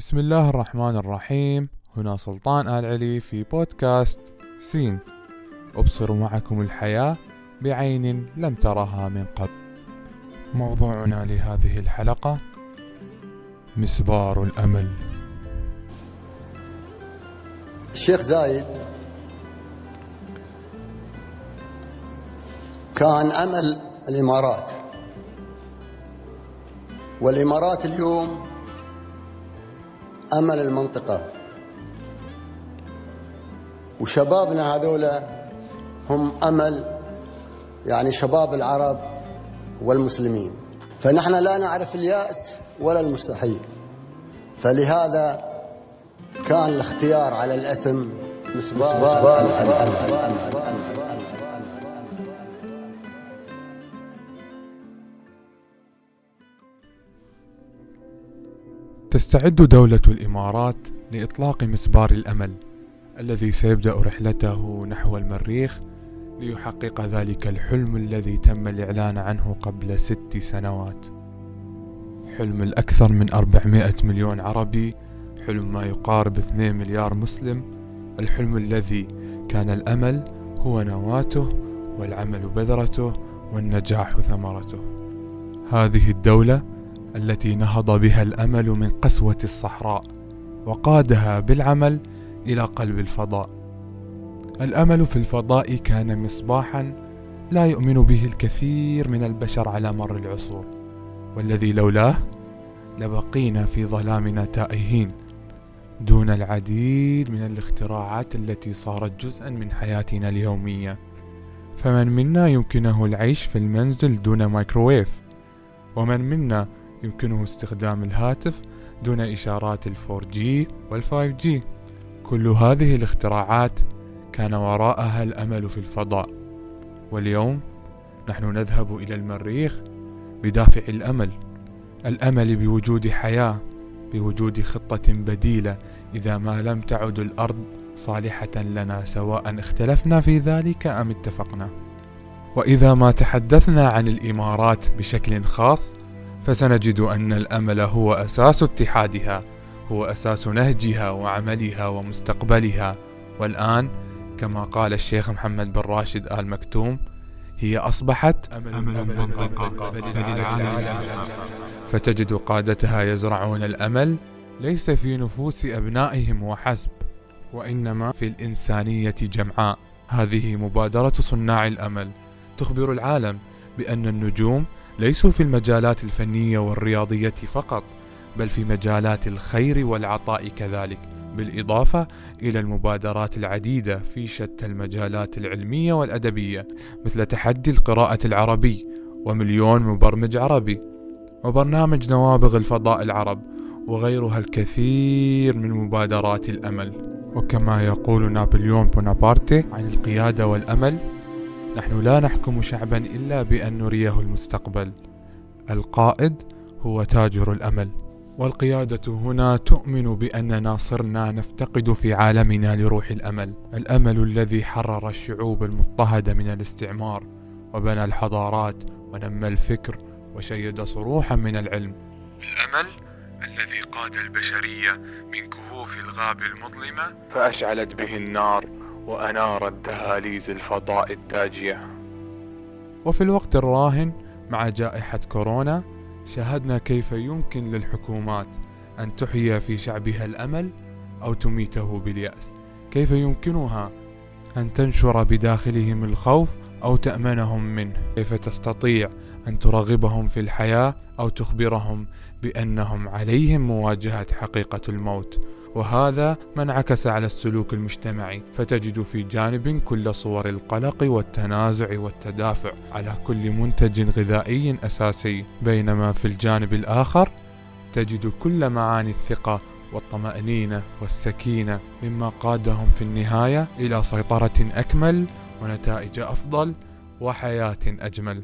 بسم الله الرحمن الرحيم. هنا سلطان آل علي في بودكاست سين، أبصر معكم الحياة بعين لم ترها من قبل. موضوعنا لهذه الحلقة مسبار الأمل. الشيخ زايد كان أمل الإمارات، والإمارات اليوم أمل المنطقة، وشبابنا هذولا هم أمل شباب العرب والمسلمين. فنحن لا نعرف اليأس ولا المستحيل، فلهذا كان الاختيار على الاسم مسبار الأمل. تستعد دولة الإمارات لإطلاق مسبار الأمل الذي سيبدأ رحلته نحو المريخ ليحقق ذلك الحلم الذي تم الإعلان عنه قبل 6 سنوات. حلم الأكثر من 400 مليون عربي، حلم ما يقارب 2 مليار مسلم، الحلم الذي كان الأمل هو نواته والعمل بذرته والنجاح ثمرته. هذه الدولة التي نهض بها الأمل من قسوة الصحراء وقادها بالعمل إلى قلب الفضاء. الأمل في الفضاء كان مصباحا لا يؤمن به الكثير من البشر على مر العصور، والذي لولاه لبقينا في ظلامنا تائهين دون العديد من الاختراعات التي صارت جزءا من حياتنا اليومية. فمن منا يمكنه العيش في المنزل دون مايكروويف، ومن منا يمكنه استخدام الهاتف دون إشارات 4G وال5G. كل هذه الاختراعات كان وراءها الأمل في الفضاء، واليوم نحن نذهب إلى المريخ بدافع الأمل بوجود حياة، بوجود خطة بديلة إذا ما لم تعد الأرض صالحة لنا، سواء اختلفنا في ذلك أم اتفقنا. وإذا ما تحدثنا عن الإمارات بشكل خاص فسنجد أن الأمل هو أساس اتحادها، هو أساس نهجها وعملها ومستقبلها. والآن كما قال الشيخ محمد بن راشد آل مكتوم، هي أصبحت أمل المنطقة بل العالم. فتجد قادتها يزرعون الأمل ليس في نفوس أبنائهم وحسب، وإنما في الإنسانية جمعاء. هذه مبادرة صناع الأمل تخبر العالم بأن النجوم ليسوا في المجالات الفنية والرياضية فقط، بل في مجالات الخير والعطاء كذلك، بالإضافة إلى المبادرات العديدة في شتى المجالات العلمية والأدبية، مثل تحدي القراءة العربي، ومليون مبرمج عربي، وبرنامج نوابغ الفضاء العرب، وغيرها الكثير من مبادرات الأمل. وكما يقول نابليون بونابرت عن القيادة والأمل: نحن لا نحكم شعبا إلا بأن نريه المستقبل، القائد هو تاجر الأمل. والقيادة هنا تؤمن بأننا صرنا نفتقد في عالمنا لروح الأمل الذي حرر الشعوب المضطهدة من الاستعمار، وبنى الحضارات، ونمى الفكر، وشيد صروحا من العلم. الأمل الذي قاد البشرية من كهوف الغاب المظلمة فأشعلت به النار وأنارت دهاليز الفضاء التاجية. وفي الوقت الراهن مع جائحة كورونا شاهدنا كيف يمكن للحكومات أن تحيي في شعبها الأمل أو تميته باليأس، كيف يمكنها أن تنشر بداخلهم الخوف أو تأمنهم منه، كيف تستطيع أن ترغبهم في الحياة أو تخبرهم بأنهم عليهم مواجهة حقيقة الموت. وهذا ما انعكس على السلوك المجتمعي، فتجد في جانب كل صور القلق والتنازع والتدافع على كل منتج غذائي أساسي، بينما في الجانب الآخر تجد كل معاني الثقة والطمأنينة والسكينة، مما قادهم في النهاية إلى سيطرة أكمل ونتائج أفضل وحياة أجمل.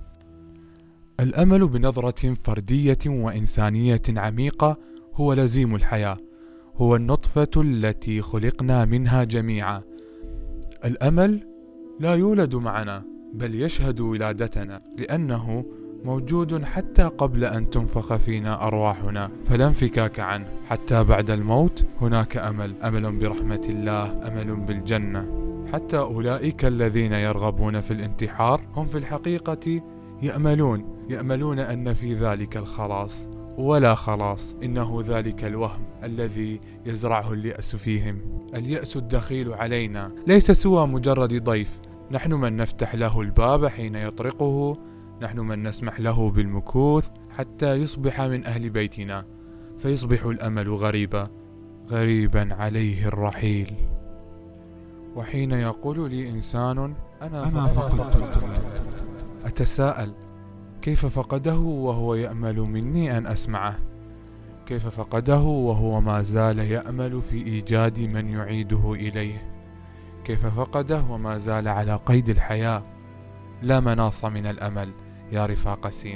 الأمل بنظرة فردية وإنسانية عميقة هو لزيم الحياة، هو النطفة التي خلقنا منها جميعا. الأمل لا يولد معنا بل يشهد ولادتنا، لأنه موجود حتى قبل أن تنفخ فينا أرواحنا، فلا انفكاك عنه. حتى بعد الموت هناك أمل برحمة الله، أمل بالجنة. حتى أولئك الذين يرغبون في الانتحار هم في الحقيقة يأملون أن في ذلك الخلاص، ولا خلاص، إنه ذلك الوهم الذي يزرعه اليأس فيهم. اليأس الدخيل علينا ليس سوى مجرد ضيف، نحن من نفتح له الباب حين يطرقه، نحن من نسمح له بالمكوث حتى يصبح من أهل بيتنا، فيصبح الأمل غريبا عليه الرحيل. وحين يقول لي إنسان أنا فقدت الأمل، أتساءل كيف فقده وهو يأمل مني أن أسمعه؟ كيف فقده وهو ما زال يأمل في إيجاد من يعيده إليه؟ كيف فقده وما زال على قيد الحياة؟ لا مناص من الأمل يا رفاق سين.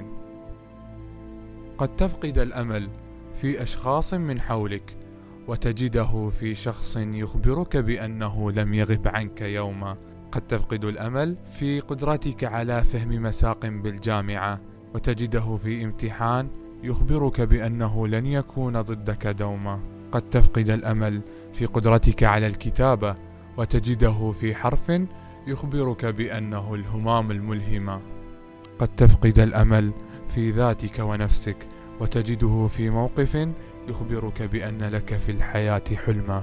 قد تفقد الأمل في أشخاص من حولك، وتجده في شخص يخبرك بأنه لم يغب عنك يوما. قد تفقد الأمل في قدرتك على فهم مساق بالجامعة، وتجده في امتحان يخبرك بأنه لن يكون ضدك دوما. قد تفقد الأمل في قدرتك على الكتابة، وتجده في حرف يخبرك بأنه الهمام الملهمة. قد تفقد الأمل في ذاتك ونفسك، وتجده في موقف يخبرك بأن لك في الحياة حلما.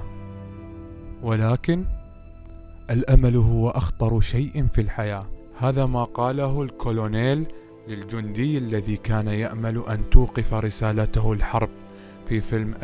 ولكن الأمل هو أخطر شيء في الحياة. هذا ما قاله الكولونيل للجندي الذي كان يأمل أن توقف رسالته الحرب في فيلم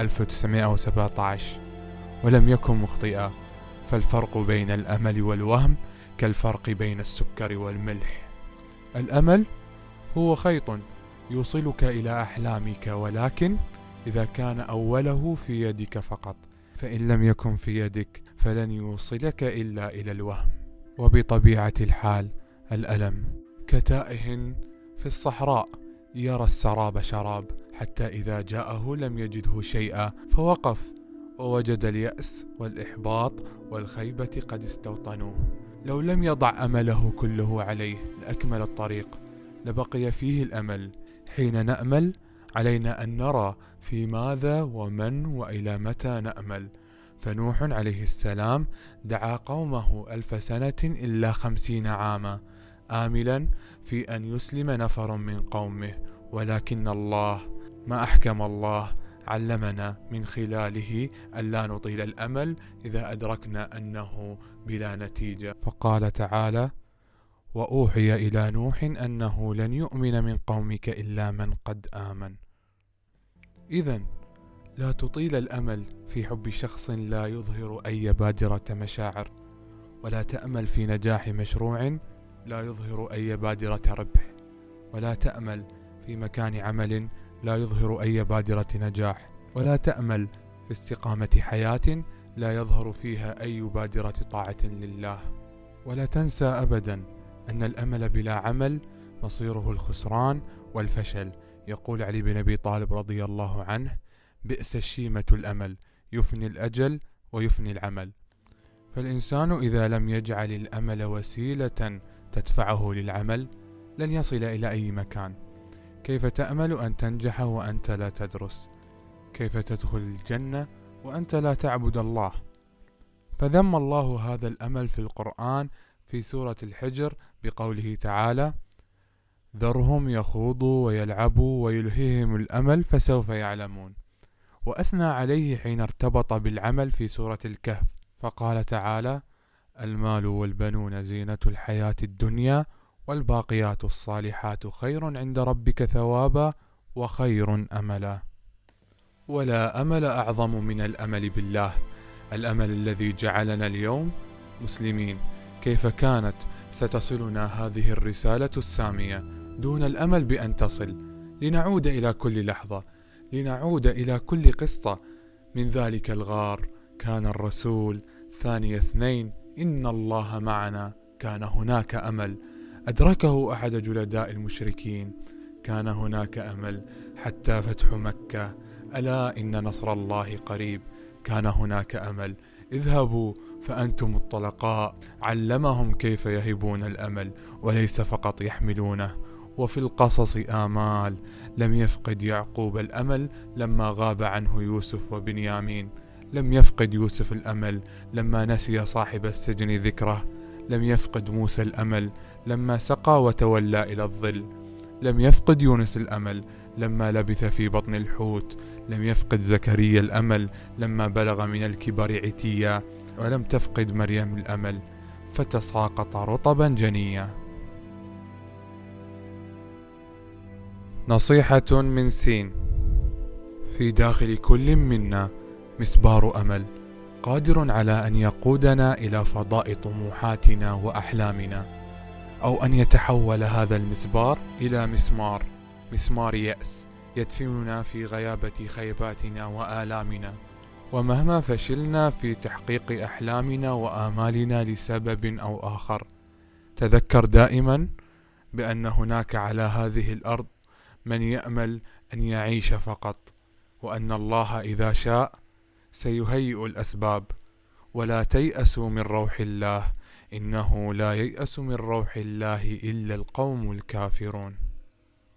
1917، ولم يكن مخطئا، فالفرق بين الأمل والوهم كالفرق بين السكر والملح. الأمل هو خيط يوصلك إلى أحلامك، ولكن إذا كان أوله في يدك فقط، فإن لم يكن في يدك فلن يوصلك إلا إلى الوهم. وبطبيعة الحال الألم كتائه في الصحراء يرى السراب شراب، حتى إذا جاءه لم يجده شيئا فوقف، ووجد اليأس والإحباط والخيبة قد استوطنوه. لو لم يضع أمله كله عليه لأكمل الطريق، لبقي فيه الأمل. حين نأمل علينا أن نرى في ماذا ومن وإلى متى نأمل. فنوح عليه السلام دعا قومه 1000 سنة إلا 50 عاما، آملا في أن يسلم نفر من قومه، ولكن الله، ما أحكم الله، علمنا من خلاله ألا نطيل الأمل إذا أدركنا أنه بلا نتيجة. فقال تعالى: وأوحي إلى نوح أنه لن يؤمن من قومك إلا من قد آمن. إذن لا تطيل الأمل في حب شخص لا يظهر أي بادرة مشاعر، ولا تأمل في نجاح مشروع لا يظهر أي بادرة ربح، ولا تأمل في مكان عمل لا يظهر أي بادرة نجاح، ولا تأمل في استقامة حياة لا يظهر فيها أي بادرة طاعة لله. ولا تنسى أبدا أن الأمل بلا عمل مصيره الخسران والفشل. يقول علي بن أبي طالب رضي الله عنه: بئس الشيمة الأمل، يفني الأجل ويفني العمل. فالإنسان إذا لم يجعل الأمل وسيلة تدفعه للعمل لن يصل إلى أي مكان. كيف تأمل أن تنجح وأنت لا تدرس؟ كيف تدخل الجنة وأنت لا تعبد الله؟ فذم الله هذا الأمل في القرآن في سورة الحجر بقوله تعالى: ذرهم يخوضوا ويلعبوا ويلهيهم الأمل فسوف يعلمون. وأثنى عليه حين ارتبط بالعمل في سورة الكهف فقال تعالى: المال والبنون زينة الحياة الدنيا والباقيات الصالحات خير عند ربك ثوابا وخير أملا. ولا أمل أعظم من الأمل بالله، الأمل الذي جعلنا اليوم مسلمين. كيف كانت ستصلنا هذه الرسالة السامية دون الأمل بأن تصل؟ لنعود إلى كل لحظة، لنعود إلى كل قصة من ذلك الغار. كان الرسول ثاني اثنين، إن الله معنا. كان هناك أمل أدركه أحد جلداء المشركين. كان هناك أمل حتى فتح مكة. ألا إن نصر الله قريب. كان هناك أمل اذهبوا فأنتم الطلقاء. علمهم كيف يهبون الأمل وليس فقط يحملونه. وفي القصص آمال. لم يفقد يعقوب الأمل لما غاب عنه يوسف وبنيامين. لم يفقد يوسف الأمل لما نسي صاحب السجن ذكره. لم يفقد موسى الأمل لما سقى وتولى إلى الظل. لم يفقد يونس الأمل لما لبث في بطن الحوت. لم يفقد زكريا الأمل لما بلغ من الكبر عتيا. ولم تفقد مريم الأمل فتساقط رطبا جنيا. نصيحة من سين. في داخل كل منا مسبار أمل قادر على أن يقودنا إلى فضاء طموحاتنا وأحلامنا، أو أن يتحول هذا المسبار إلى مسمار يأس يدفننا في غيابة خيباتنا وآلامنا. ومهما فشلنا في تحقيق أحلامنا وآمالنا لسبب أو آخر، تذكر دائما بأن هناك على هذه الأرض من يأمل أن يعيش فقط، وأن الله إذا شاء سيهيئ الأسباب. ولا تيأسوا من روح الله، إنه لا ييأس من روح الله إلا القوم الكافرون.